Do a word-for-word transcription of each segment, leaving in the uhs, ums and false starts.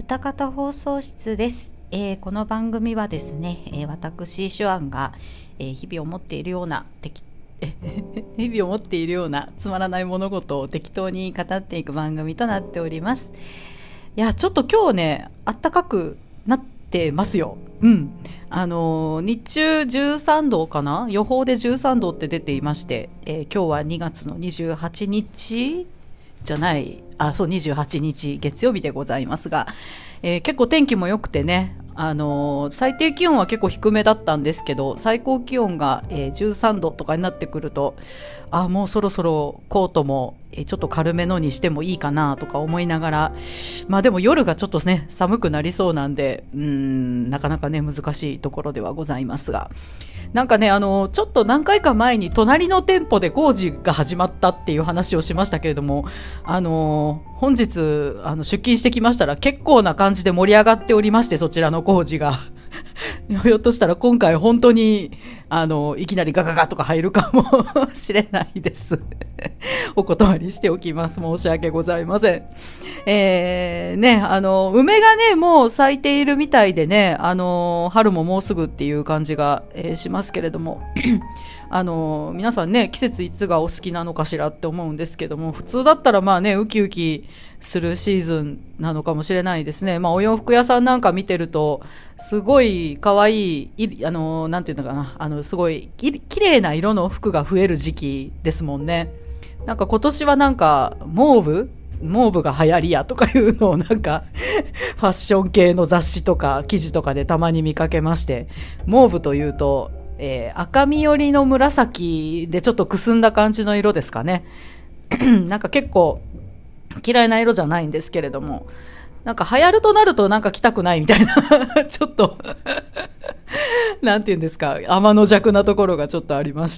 たかた放送室です。えー、この番組はですね、えー、私手腕が、えー、日々思っているような適日々思っているようなつまらない物事を適当に語っていく番組となっております。いやちょっと今日ねあったかくなってますよ。うんあのー、日中じゅうさんどかな、予報でじゅうさんどって出ていまして、えー、今日はにがつのにじゅうはちにちじゃないあそうにじゅうはちにち月曜日でございますが、えー、結構天気も良くてね、あのー、最低気温は結構低めだったんですけど、最高気温が、えー、じゅうさんどとかになってくると、あもうそろそろコートも、えー、ちょっと軽めのにしてもいいかなとか思いながら、まあでも夜がちょっとね寒くなりそうなんで、うーんなかなかね難しいところではございますが、なんかねあのちょっと何回か前に隣の店舗で工事が始まったっていう話をしましたけれども、あの本日あの出勤してきましたら結構な感じで盛り上がっておりまして、そちらの工事がひょっとしたら今回本当にあのいきなりガガガとか入るかもしれないですお断りしておきます。申し訳ございません。えー、ねあの梅がねもう咲いているみたいでね、あの春ももうすぐっていう感じが、えー、しますけれどもあの皆さんね季節いつがお好きなのかしらって思うんですけども、普通だったらまあねウキウキするシーズンなのかもしれないですね。まあお洋服屋さんなんか見てるとすごい可愛いいあのなんていうのかな、あのすごいき綺麗な色の服が増える時期ですもんね。なんか今年はなんかモーブモーブが流行りやとかいうのをなんかファッション系の雑誌とか記事とかでたまに見かけまして、モーブというと、えー、赤み寄りの紫でちょっとくすんだ感じの色ですかねなんか結構嫌いな色じゃないんですけれども、なんか流行るとなるとなんか着たくないみたいなちょっとなんていうんですか、天の弱なところがちょっとありまして、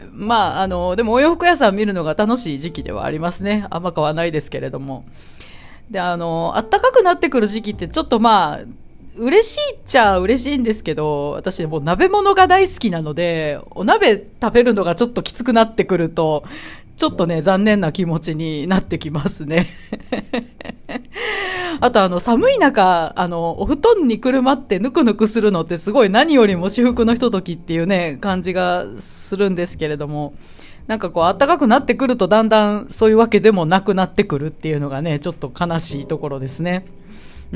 まああのでもお洋服屋さん見るのが楽しい時期ではありますね。あんま買わないですけれども、であの暖かくなってくる時期ってちょっとまあ嬉しいっちゃ嬉しいんですけど、私もう鍋物が大好きなので、お鍋食べるのがちょっときつくなってくるとちょっとね残念な気持ちになってきますねあとあの寒い中あのお布団にくるまってぬくぬくするのってすごい何よりも至福のひとときっていうね感じがするんですけれども、なんかこう暖かくなってくるとだんだんそういうわけでもなくなってくるっていうのがねちょっと悲しいところですね。うん、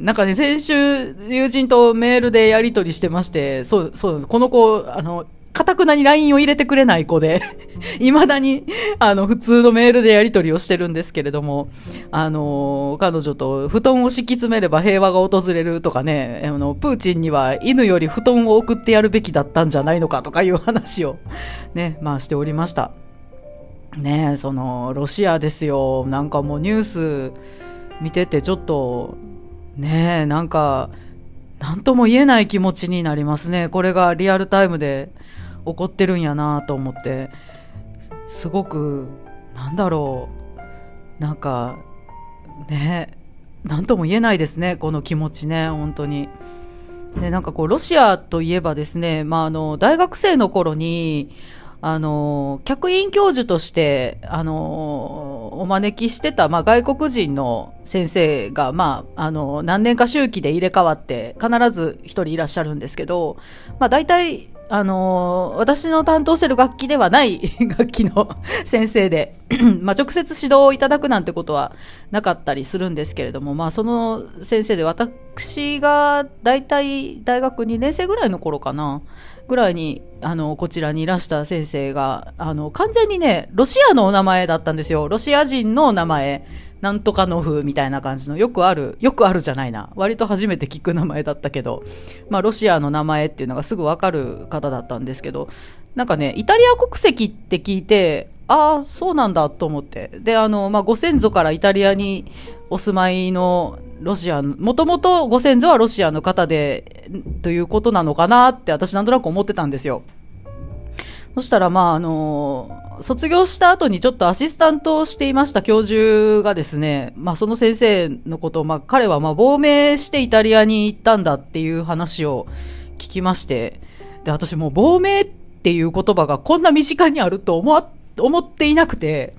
なんかね先週友人とメールでやり取りしてまして、そうそうこの子あのかたくなに ライン を入れてくれない子で未だにあの普通のメールでやり取りをしてるんですけれども、あの彼女と布団を敷き詰めれば平和が訪れるとかね、あのプーチンには犬より布団を送ってやるべきだったんじゃないのかとかいう話をねまあしておりましたね。えそのロシアですよ。なんかもうニュース見ててちょっとねえなんかなんとも言えない気持ちになりますね。これがリアルタイムで起こってるんやなと思って、すごくなんだろう、なんかねなんとも言えないですねこの気持ちね本当に。でなんかこうロシアといえばですね、まあ、あの大学生の頃にあの客員教授としてあのお招きしてた、まあ、外国人の先生が、まあ、あの何年か周期で入れ替わって必ず一人いらっしゃるんですけど、まあ、大体あの私の担当してる楽器ではない楽器の先生でまあ直接指導をいただくなんてことはなかったりするんですけれども、まあ、その先生で私が大体大学にねん生ぐらいの頃かなぐらいにあのこちらにいらした先生があの完全にねロシアのお名前だったんですよ。ロシア人の名前なんとかの風みたいな感じのよくあるよくあるじゃないな割と初めて聞く名前だったけど、まあ、ロシアの名前っていうのがすぐ分かる方だったんですけど、なんかねイタリア国籍って聞いてああそうなんだと思って、であの、まあ、ご先祖からイタリアにお住まいのロシアもともとご先祖はロシアの方でということなのかなって私なんとなく思ってたんですよ。そしたらまああの卒業した後にちょっとアシスタントをしていました教授がですね、まあ、その先生のことを、まあ、彼はまあ亡命してイタリアに行ったんだっていう話を聞きまして、で私もう亡命っていう言葉がこんな身近にあると思わ思っていなくて、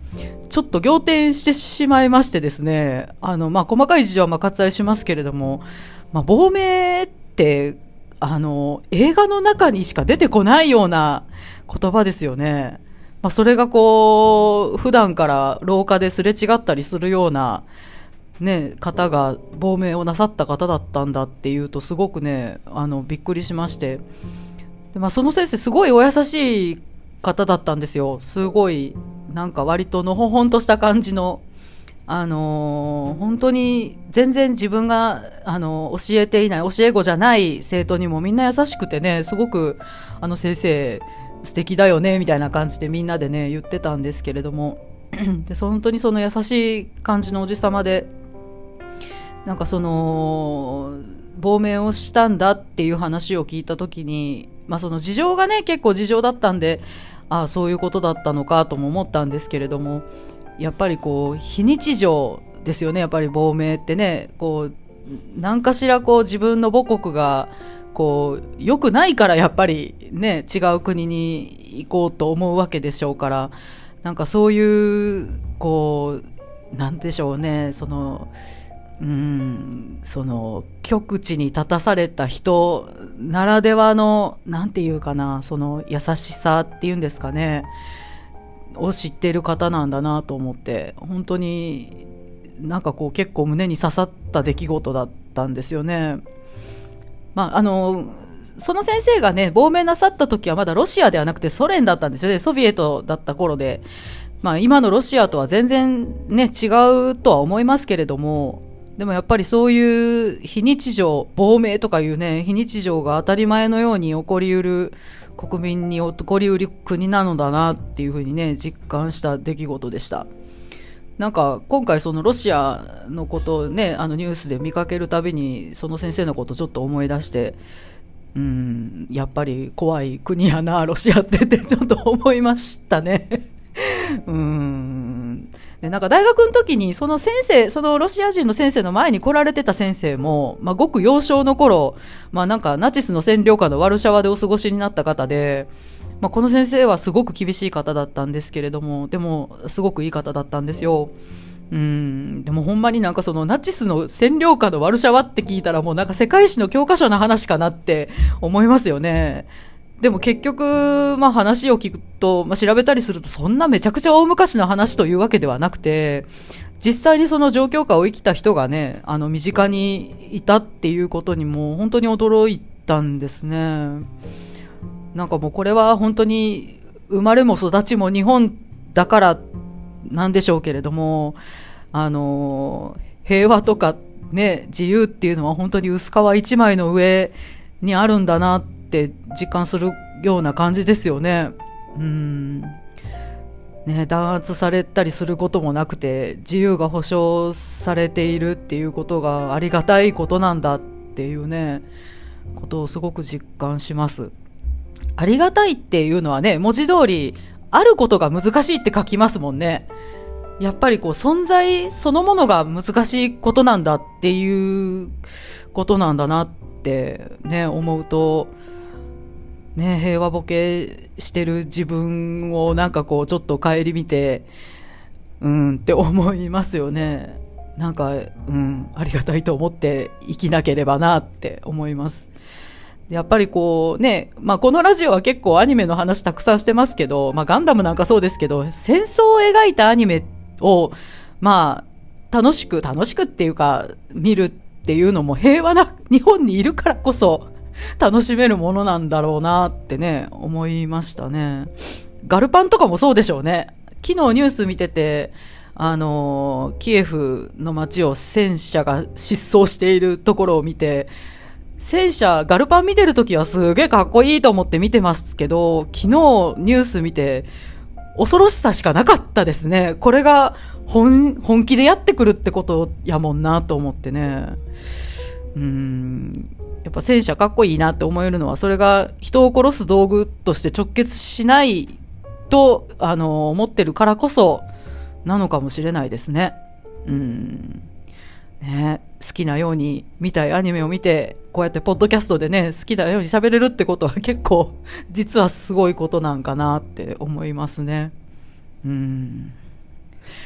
ちょっと仰天してしまいましてですね、あの、まあ、細かい事情はまあ割愛しますけれども、まあ、亡命って、あの、映画の中にしか出てこないような言葉ですよね。まあ、それがこう、普段から廊下ですれ違ったりするような、ね、方が亡命をなさった方だったんだっていうと、すごくね、あの、びっくりしまして。で、まあ、その先生、すごいお優しい方だったんですよ。すごい、なんか割とのほほんとした感じの、あのー、本当に全然自分が、あのー、教えていない、教え子じゃない生徒にもみんな優しくてね、すごく、あの先生、素敵だよね、みたいな感じでみんなでね、言ってたんですけれども、で、本当にその優しい感じのおじさまで、なんかその、亡命をしたんだっていう話を聞いたときに、まあその事情がね、結構事情だったんで、ああ、そういうことだったのかとも思ったんですけれども、やっぱりこう非日常ですよね。やっぱり亡命ってね、こう何かしらこう自分の母国がこう良くないからやっぱりね、違う国に行こうと思うわけでしょうから、なんかそういうこうなんでしょうね、そのうーんその極地に立たされた人ならではのなんていうかな、その優しさっていうんですかね、を知っている方なんだなと思って、本当になんかこう結構胸に刺さった出来事だったんですよね。まああのその先生がね、亡命なさった時はまだロシアではなくてソ連だったんですよね。ソビエトだった頃で、まあ今のロシアとは全然ね違うとは思いますけれども、でもやっぱりそういう非日常、亡命とかいうね、非日常が当たり前のように起こりうる国民に起こりうる国なのだなっていうふうにね、実感した出来事でした。なんか今回そのロシアのことをね、あのニュースで見かけるたびにその先生のことをちょっと思い出して、うん、やっぱり怖い国やなロシアってってちょっと思いましたね。うんで、なんか大学の時にその先生、そのロシア人の先生の前に来られてた先生も、まあ、ごく幼少の頃、まあ、なんかナチスの占領下のワルシャワでお過ごしになった方で、まあ、この先生はすごく厳しい方だったんですけれども、でもすごくいい方だったんですよ。うんでもほんまになんかそのナチスの占領下のワルシャワって聞いたらもうなんか世界史の教科書の話かなって思いますよね。でも結局、まあ話を聞くと、まあ調べたりするとそんなめちゃくちゃ大昔の話というわけではなくて、実際にその状況下を生きた人がね、あの身近にいたっていうことにも本当に驚いたんですね。なんかもうこれは本当に生まれも育ちも日本だからなんでしょうけれども、あの、平和とかね、自由っていうのは本当に薄皮一枚の上にあるんだなって実感するような感じですよね。うん。ね、弾圧されたりすることもなくて、自由が保障されているっていうことがありがたいことなんだっていうね、ことをすごく実感します。ありがたいっていうのはね、文字通り、あることが難しいって書きますもんね。やっぱりこう存在そのものが難しいことなんだっていうことなんだなってね、思うと、ね、平和ボケしてる自分をなんかこうちょっと顧みて、うんって思いますよね。なんか、うん、ありがたいと思って生きなければなって思います。やっぱりこうね、まあこのラジオは結構アニメの話たくさんしてますけど、まあガンダムなんかそうですけど、戦争を描いたアニメを、まあ楽しく、楽しくっていうか見るっていうのも平和な日本にいるからこそ楽しめるものなんだろうなってね、思いましたね。ガルパンとかもそうでしょうね。昨日ニュース見てて、あの、キエフの街を戦車が疾走しているところを見て、戦車、ガルパン見てるときはすげえかっこいいと思って見てますけど、昨日ニュース見て恐ろしさしかなかったですね。これが本、本気でやってくるってことやもんなと思ってね。うーん。やっぱ戦車かっこいいなって思えるのは、それが人を殺す道具として直結しないと、あの、思ってるからこそなのかもしれないですね。うーん。ね、好きなように見たいアニメを見て、こうやってポッドキャストでね、好きなように喋れるってことは結構実はすごいことなんかなって思いますね。うん。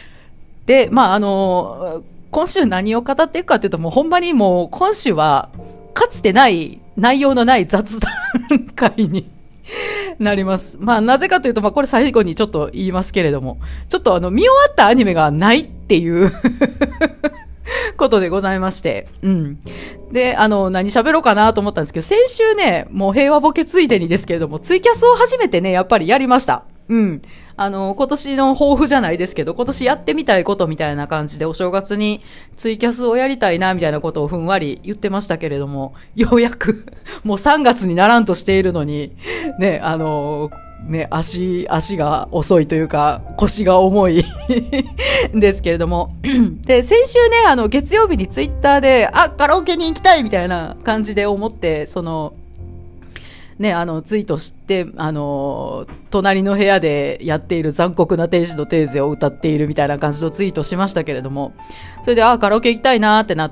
で、まあ、あの、今週何を語っていくかっていうと、もうほんまにもう今週は、かつてない内容のない雑談会になります。まあ、なぜかというと、まあ、これ最後にちょっと言いますけれども、ちょっとあの、見終わったアニメがないっていうことでございまして、うん。で、あの、何喋ろうかなと思ったんですけど、先週ね、もう平和ボケついでにですけれども、ツイキャスを初めてね、やっぱりやりました。うん。あの、今年の抱負じゃないですけど、今年やってみたいことみたいな感じで、お正月にツイキャスをやりたいな、みたいなことをふんわり言ってましたけれども、ようやく、もうさんがつにならんとしているのに、ね、あの、ね、足、足が遅いというか、腰が重いですけれども。で、先週ね、あの、月曜日にツイッターで、あ、カラオケに行きたいみたいな感じで思って、その、ね、あの、ツイートして、あの、隣の部屋でやっている残酷な天使のテーゼを歌っているみたいな感じのツイートしましたけれども、それで、あ、カラオケ行きたいなーってなって、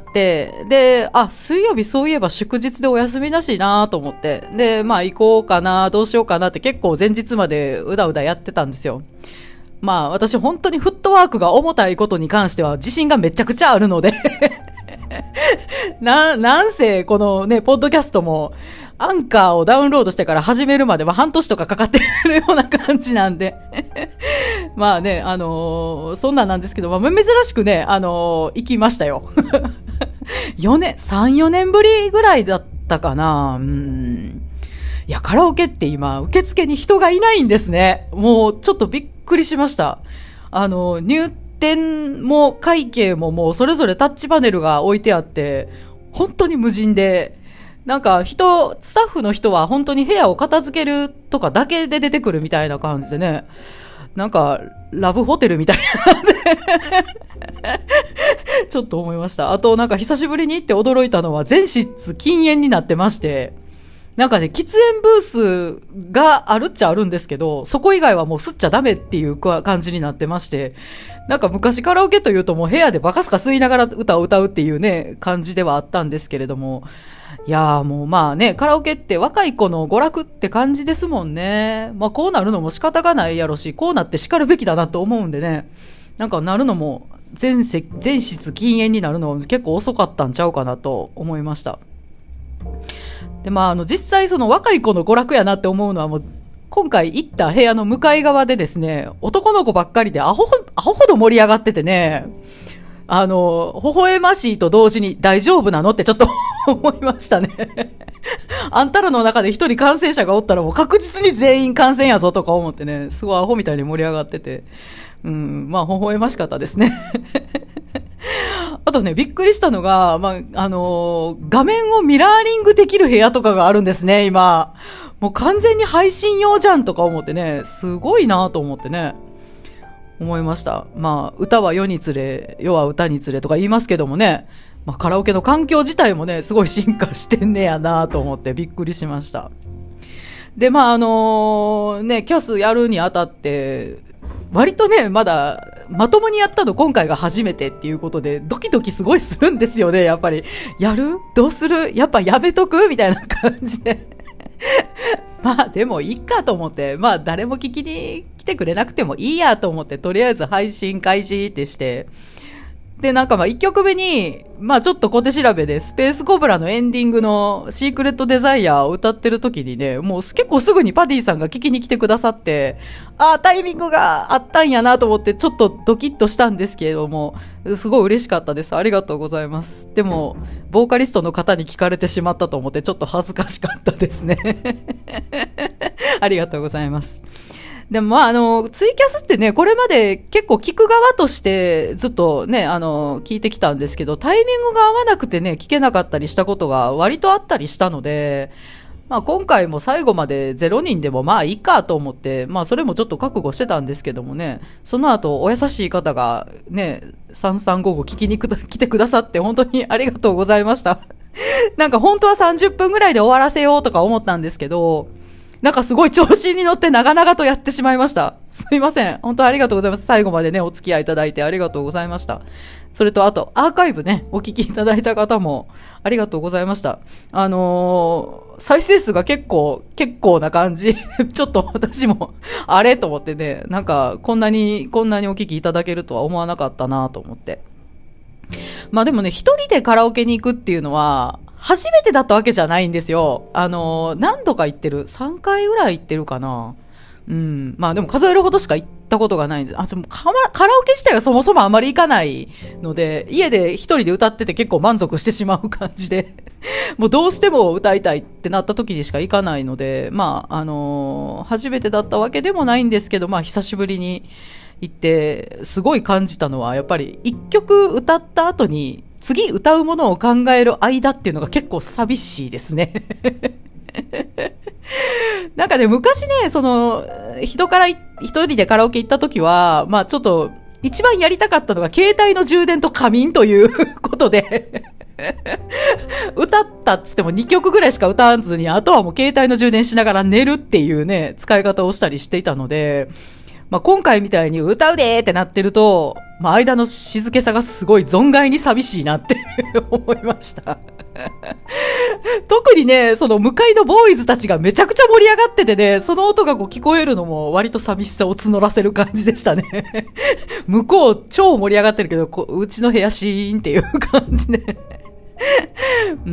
で、あ、水曜日そういえば祝日でお休みだしなーと思って、で、まあ行こうかな、どうしようかなって結構前日までうだうだやってたんですよ。まあ私本当にフットワークが重たいことに関しては自信がめちゃくちゃあるのでな、なんせこのね、ポッドキャストも、アンカーをダウンロードしてから始めるまでは半年とかかかってるような感じなんでまあね、あのー、そんなんなんですけど、まあ、珍しくね、あのー、行きましたよ。よねん、さん、よねんぶりぐらいだったかな。うん。いや、カラオケって今、受付に人がいないんですね。もう、ちょっとびっくりしました。あのー、入店も会計ももうそれぞれタッチパネルが置いてあって、本当に無人で、なんか人、スタッフの人は本当に部屋を片付けるとかだけで出てくるみたいな感じでね。なんか、ラブホテルみたいなちょっと思いました。あとなんか久しぶりに行って驚いたのは全室禁煙になってまして、なんかね、喫煙ブースがあるっちゃあるんですけど、そこ以外はもう吸っちゃダメっていう感じになってまして、なんか昔カラオケというともう部屋でバカスカ吸いながら歌を歌うっていうね、感じではあったんですけれども、いやーもうまあね、カラオケって若い子の娯楽って感じですもんね。まあこうなるのも仕方がないやろし、こうなって叱るべきだなと思うんでね、なんかなるのも全席、全室禁煙になるのは結構遅かったんちゃうかなと思いました。で、まああの実際その若い子の娯楽やなって思うのはもう、今回行った部屋の向かい側でですね、男の子ばっかりでアホ、アホほど盛り上がっててね、あの、微笑ましいと同時に大丈夫なのってちょっと思いましたね。あんたらの中で一人感染者がおったらもう確実に全員感染やぞとか思ってね、すごいアホみたいに盛り上がってて、うん、まあ微笑ましかったですね。あとね、びっくりしたのが、まあ、あのー、画面をミラーリングできる部屋とかがあるんですね、今。もう完全に配信用じゃんとか思ってね、すごいなと思ってね。思いました。まあ、歌は世につれ、世は歌につれとか言いますけどもね、まあ、カラオケの環境自体もね、すごい進化してんねやなと思ってびっくりしました。で、まあ、あのー、ね、キャスやるにあたって、割とね、まだ、まともにやったの今回が初めてっていうことで、ドキドキすごいするんですよね、やっぱり。やる？どうする？やっぱやめとく？みたいな感じで。まあでもいいかと思って、まあ誰も聞きに来てくれなくてもいいやと思って、とりあえず配信開始ってして、でなんかまあ一曲目に、まあちょっと小手調べでスペースコブラのエンディングのシークレットデザイアを歌ってる時にね、もう結構すぐにパディさんが聞きに来てくださって、ああタイミングがあったんやなと思ってちょっとドキッとしたんですけれども、すごい嬉しかったです。ありがとうございます。でもボーカリストの方に聞かれてしまったと思ってちょっと恥ずかしかったですね。ありがとうございます。でもまああのツイキャスってね、これまで結構聞く側としてずっとねあの聞いてきたんですけど、タイミングが合わなくてね聞けなかったりしたことが割とあったりしたので、まあ今回も最後までゼロにんでもまあいいかと思って、まあそれもちょっと覚悟してたんですけどもね、その後お優しい方がねさんさんごご聞きに来てくださって本当にありがとうございました。なんか本当はさんじゅっぷんぐらいで終わらせようとか思ったんですけど、 なんかすごい調子に乗って長々とやってしまいました。すいません。本当ありがとうございます。最後までね、お付き合いいただいてありがとうございました。それとあと、アーカイブね、お聞きいただいた方もありがとうございました。あのー、再生数が結構、結構な感じ。ちょっと私も、あれと思ってね、なんか、こんなに、こんなにお聞きいただけるとは思わなかったなと思って。まあでもね、一人でカラオケに行くっていうのは、初めてだったわけじゃないんですよ。あのー、何度か行ってる。さんかいぐらい行ってるかな。うん。まあでも数えるほどしか行ったことがないんです。あ、でもカラオケ自体がそもそもあまり行かないので、家で一人で歌ってて結構満足してしまう感じで、もうどうしても歌いたいってなった時にしか行かないので、まあ、あのー、初めてだったわけでもないんですけど、まあ久しぶりに行って、すごい感じたのは、やっぱり一曲歌った後に、次歌うものを考える間っていうのが結構寂しいですね。なんかね、昔ね、その、人から一人でカラオケ行った時は、まあちょっと、一番やりたかったのが携帯の充電と仮眠ということで、歌ったっつってもにきょくぐらいしか歌わずに、あとはもう携帯の充電しながら寝るっていうね、使い方をしたりしていたので、まあ、今回みたいに歌うでーってなってると、まあ、間の静けさがすごい存外に寂しいなって思いました。特にね、その向かいのボーイズたちがめちゃくちゃ盛り上がっててね、その音がこう聞こえるのも割と寂しさを募らせる感じでしたね。向こう超盛り上がってるけど、こううちの部屋シーンっていう感じで。うん。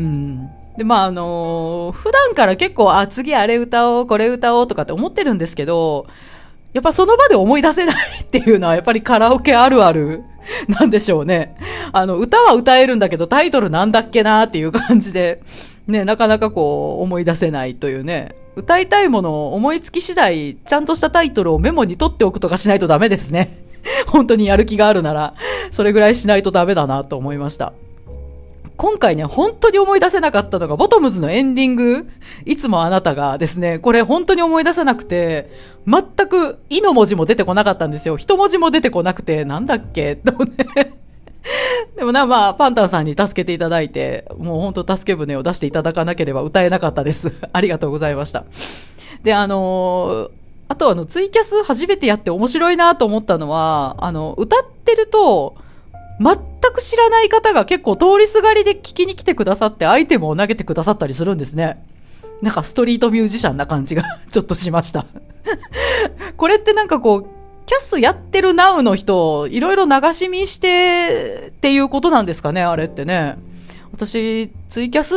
で、まあ、あのー、普段から結構、あ、次あれ歌おう、これ歌おうとかって思ってるんですけど、やっぱその場で思い出せないっていうのはやっぱりカラオケあるあるなんでしょうね。あの、歌は歌えるんだけどタイトルなんだっけなっていう感じで、ね、なかなかこう思い出せないというね。歌いたいものを思いつき次第、ちゃんとしたタイトルをメモに取っておくとかしないとダメですね。本当にやる気があるなら、それぐらいしないとダメだなと思いました。今回ね、本当に思い出せなかったのが、ボトムズのエンディング、いつもあなたがですね、これ本当に思い出せなくて、全く、いの文字も出てこなかったんですよ。一文字も出てこなくて、なんだっけとね。でもな、まあ、パンタンさんに助けていただいて、もう本当助け舟を出していただかなければ歌えなかったです。ありがとうございました。で、あのー、あとあの、ツイキャス初めてやって面白いなと思ったのは、あの、歌ってると、全く知らない方が結構通りすがりで聞きに来てくださってアイテムを投げてくださったりするんですね。なんかストリートミュージシャンな感じがちょっとしました。これってなんかこう、キャスやってるナウの人をいろいろ流し見してっていうことなんですかね、あれってね。私、ツイキャスって、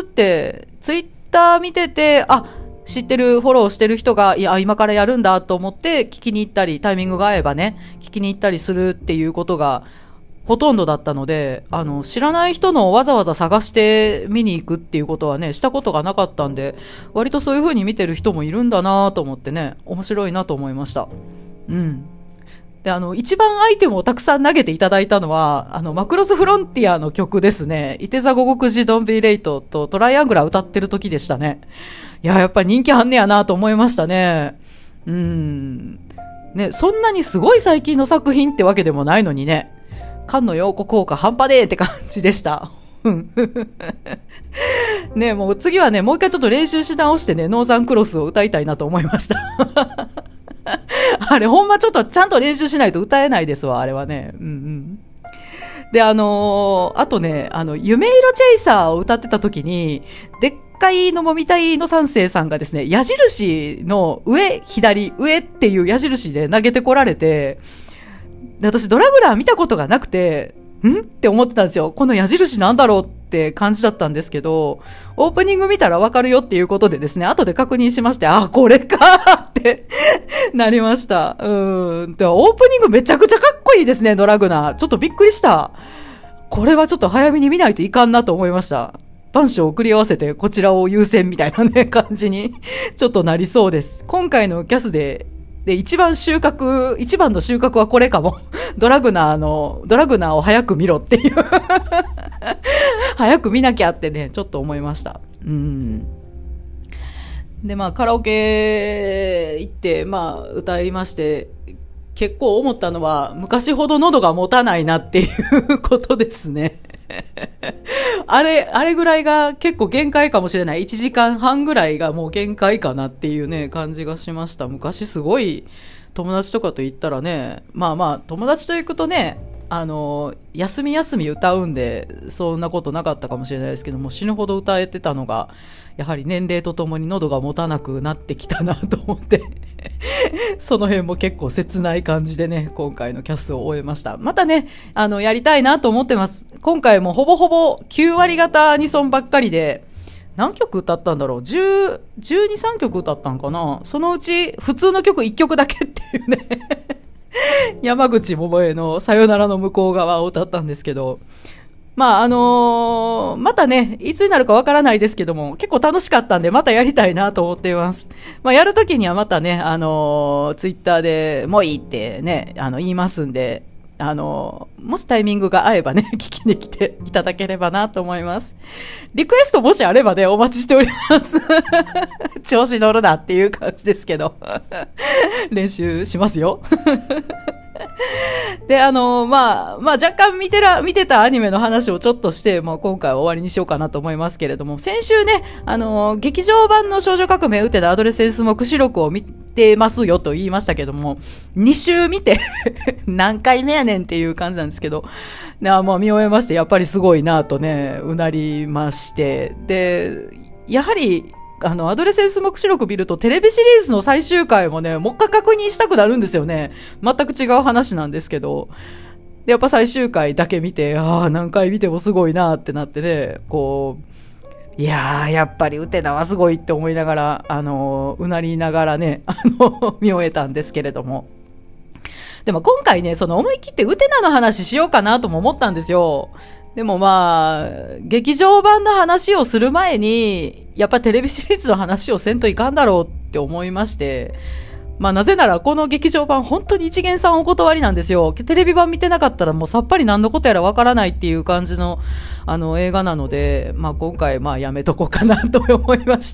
ツイッター見てて、あ、知ってる、フォローしてる人が、いや、今からやるんだと思って聞きに行ったり、タイミングが合えばね、聞きに行ったりするっていうことが、ほとんどだったので、あの、知らない人のをわざわざ探して見に行くっていうことはね、したことがなかったんで、割とそういう風に見てる人もいるんだなと思ってね、面白いなと思いました。うん。で、あの、一番アイテムをたくさん投げていただいたのは、あの、マクロスフロンティアの曲ですね。イテザ五国寺ドンビーレイトとトライアングラー歌ってる時でしたね。いや、やっぱり人気あんねやなと思いましたね。うん。ね、そんなにすごい最近の作品ってわけでもないのにね。菅野陽子効果半端ねえって感じでした。ね、もう次はね、もう一回ちょっと練習し直してね、ノーザンクロスを歌いたいなと思いました。あれ、ほんまちょっとちゃんと練習しないと歌えないですわ、あれはね。うんうん。で、あのー、あとね、あの、夢色チェイサーを歌ってた時に、でっかいのもみたいの三世さんがですね、矢印の上、左、上っていう矢印で投げてこられて、で私ドラグラー見たことがなくて、んって思ってたんですよ。この矢印なんだろうって感じだったんですけど、オープニング見たらわかるよっていうことでですね、後で確認しまして、あ、これかーってなりました。うん。で、オープニングめちゃくちゃかっこいいですね、ドラグナー。ちょっとびっくりした。これはちょっと早めに見ないといかんなと思いました。番書を送り合わせてこちらを優先みたいなね、感じにちょっとなりそうです。今回のキャスで、で、一番収穫、一番の収穫はこれかも。ドラグナーの、ドラグナーを早く見ろっていう。早く見なきゃってね、ちょっと思いました。うん。で、まあ、カラオケ行って、まあ、歌いまして、結構思ったのは、昔ほど喉が持たないなっていうことですね。 あれ、あれぐらいが結構限界かもしれない。いちじかんはんぐらいがもう限界かなっていうね、感じがしました。昔すごい友達とかと言ったらね、まあまあ友達と行くとね、あの、休み休み歌うんで、そんなことなかったかもしれないですけども、死ぬほど歌えてたのが、やはり年齢とともに喉が持たなくなってきたなと思って、その辺も結構切ない感じでね、今回のキャスを終えました。またね、あの、やりたいなと思ってます。今回もほぼほぼきゅうわり方アニソンばっかりで、何曲歌ったんだろう ?じゅう、じゅうに、さんきょく歌ったんかな。そのうち普通の曲いっきょくだけっていうね。山口百恵のさよならの向こう側を歌ったんですけど、まああのー、またね、いつになるかわからないですけども、結構楽しかったんで、またやりたいなと思っています。まあやるときにはまたね、あのー、ツイッターでもういいってね、あの、言いますんで、あのー、もしタイミングが合えばね、聞きに来ていただければなと思います。リクエストもしあればね、お待ちしております。調子乗るなっていう感じですけど。練習しますよ。で、あの、まあ、まあ、若干見てら、見てたアニメの話をちょっとして、もう今回は終わりにしようかなと思いますけれども、先週ね、あの、劇場版の少女革命ウテナアドレセンス目視録を見てますよと言いましたけども、に週見て、何回目やねんっていう感じなんですけど、なまあ、見終えまして、やっぱりすごいなとね、うなりまして、で、やはり、あの、アドレセンス目視録見るとテレビシリーズの最終回もね、もう一回確認したくなるんですよね。全く違う話なんですけど。で、やっぱ最終回だけ見て、ああ、何回見てもすごいなってなってね、こう、いやー、やっぱりウテナはすごいって思いながら、あの、うなりながらね、あの、見終えたんですけれども。でも今回ね、その思い切ってウテナの話しようかなとも思ったんですよ。でもまあ、劇場版の話をする前に、やっぱテレビシリーズの話をせんといかんだろうって思いまして、まあなぜならこの劇場版本当に一元さんお断りなんですよ。テレビ版見てなかったらもうさっぱり何のことやらわからないっていう感じのあの映画なので、まあ今回まあやめとこうかなと思いました。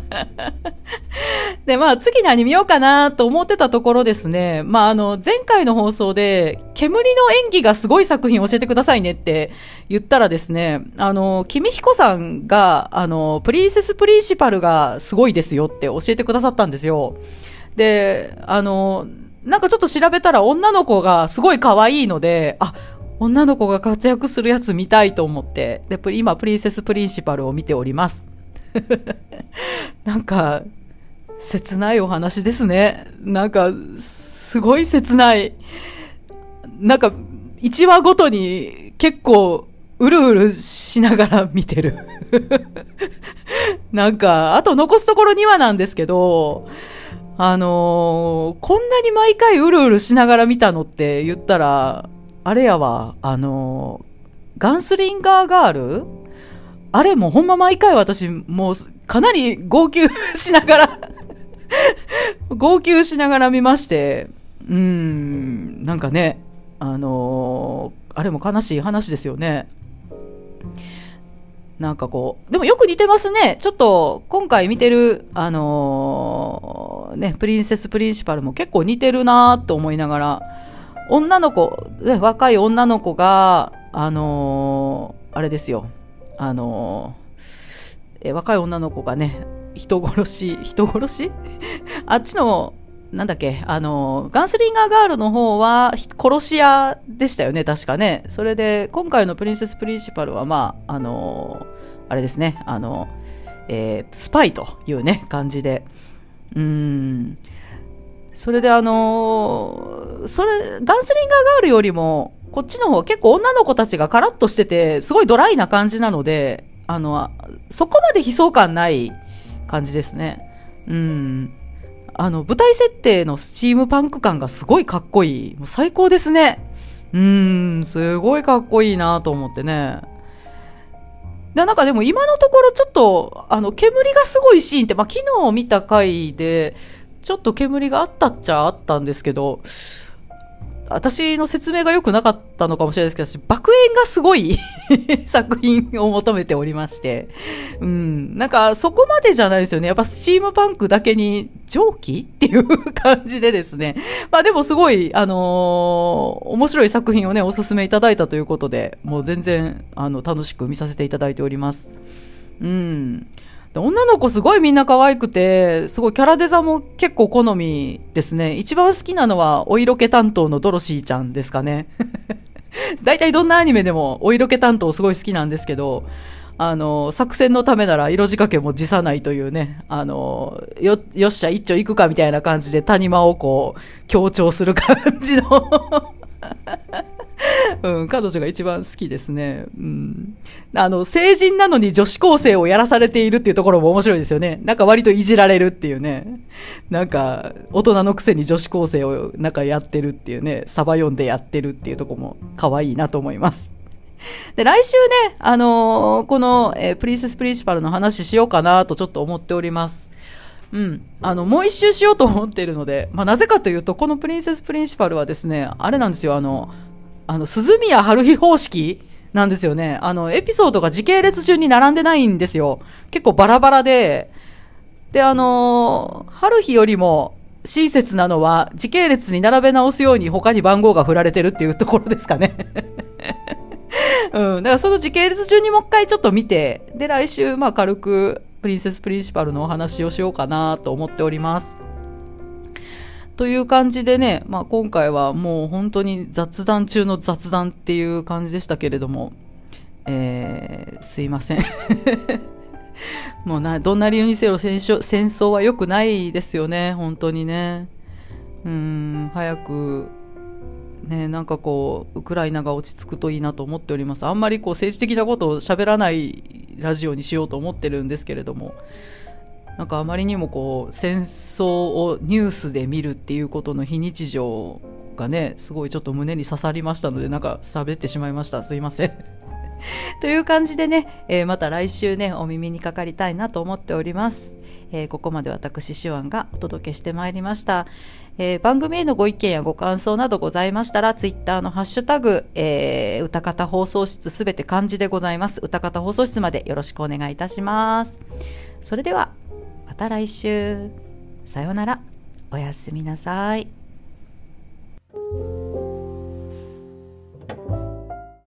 で、まあ次何見ようかなと思ってたところですね。まああの前回の放送で煙の演技がすごい作品教えてくださいねって言ったらですね、あの、君彦さんがあの、プリンセスプリンシパルがすごいですよって教えてくださったんですよ。で、あの、なんかちょっと調べたら女の子がすごい可愛いので、あ、女の子が活躍するやつ見たいと思って、で、今プリンセスプリンシパルを見ております。なんか、切ないお話ですね。なんか、すごい切ない。なんか、一話ごとに結構、うるうるしながら見てる。なんか、あと残すところにわなんですけど、あのー、こんなに毎回うるうるしながら見たのって言ったら、あれやわ、あのー、ガンスリンガーガールあれもほんま毎回私もうかなり号泣しながら号泣しながら見まして、うーん、なんかね、あのー、あれも悲しい話ですよね。なんかこう、でもよく似てますね。ちょっと今回見てる、あのー、ね、プリンセスプリンシパルも結構似てるなと思いながら、女の子、若い女の子が、あのー、あれですよ。あのー、え若い女の子がね、人殺し、人殺しあっちの、なんだっけ、あの、ガンスリンガーガールの方は殺し屋でしたよね、確かね。それで、今回のプリンセスプリンシパルは、まあ、あの、あれですね、あの、えー、スパイというね、感じで。うーん。それであの、それ、ガンスリンガーガールよりも、こっちの方結構女の子たちがカラッとしてて、すごいドライな感じなので、あの、そこまで悲壮感ない感じですね。うん。あの、舞台設定のスチームパンク感がすごいかっこいい。もう最高ですね。うーん、すごいかっこいいなと思ってね。で、なんかでも今のところちょっと、あの、煙がすごいシーンって、まあ、昨日見た回で、ちょっと煙があったっちゃあったんですけど、私の説明が良くなかったのかもしれないですけど、爆炎がすごい作品を求めておりまして、うん、なんかそこまでじゃないですよね。やっぱスチームパンクだけに蒸気っていう感じでですね。まあでもすごい、あのー面白い作品をね、おすすめいただいたということで、もう全然、あの、楽しく見させていただいております。うん。で女の子すごいみんな可愛くて、すごいキャラデザも結構好みですね。一番好きなのはお色気担当のドロシーちゃんですかね。大体どんなアニメでもお色気担当すごい好きなんですけど、あの、作戦のためなら色仕掛けも辞さないというね、あの、よ、よっしゃ一丁行くかみたいな感じで谷間をこう、強調する感じの、うん、彼女が一番好きですね。うん。あの、成人なのに女子高生をやらされているっていうところも面白いですよね。なんか割といじられるっていうね。なんか、大人のくせに女子高生をなんかやってるっていうね、サバ読んでやってるっていうところも可愛いなと思います。で、来週ね、あのーこの、えープリンセスプリンシパルの話しようかなとちょっと思っております。うん。あの、もう一周しようと思っているので、まあ、なぜかというと、このプリンセスプリンシパルはですね、あれなんですよ、あの、あの、鈴宮春日方式なんですよね。あの、エピソードが時系列順に並んでないんですよ。結構バラバラで、で、あのー春日よりも親切なのは、時系列に並べ直すように他に番号が振られてるっていうところですかね。うん。だからその時系列順にもう一回ちょっと見て、で、来週、まあ軽く、プリンセスプリンシパルのお話をしようかなと思っております。という感じでね、まあ今回はもう本当に雑談中の雑談っていう感じでしたけれども、えー、すいません。もうな、どんな理由にせよ戦争、戦争は良くないですよね、本当にね。うーん、早く、ね、なんかこう、ウクライナが落ち着くといいなと思っております。あんまりこう政治的なことを喋らないラジオにしようと思ってるんですけれども、なんかあまりにもこう、戦争をニュースで見るっていうことの非日常がね、すごいちょっと胸に刺さりましたので、なんか喋ってしまいました。すいません。という感じでね、えーまた来週ね、お耳にかかりたいなと思っております。えーここまで私、手腕がお届けしてまいりました。えー番組へのご意見やご感想などございましたら、ツイッターのハッシュタグ、えー、歌方放送室すべて漢字でございます。歌方放送室までよろしくお願いいたします。それでは、また来週。さようなら。おやすみなさい。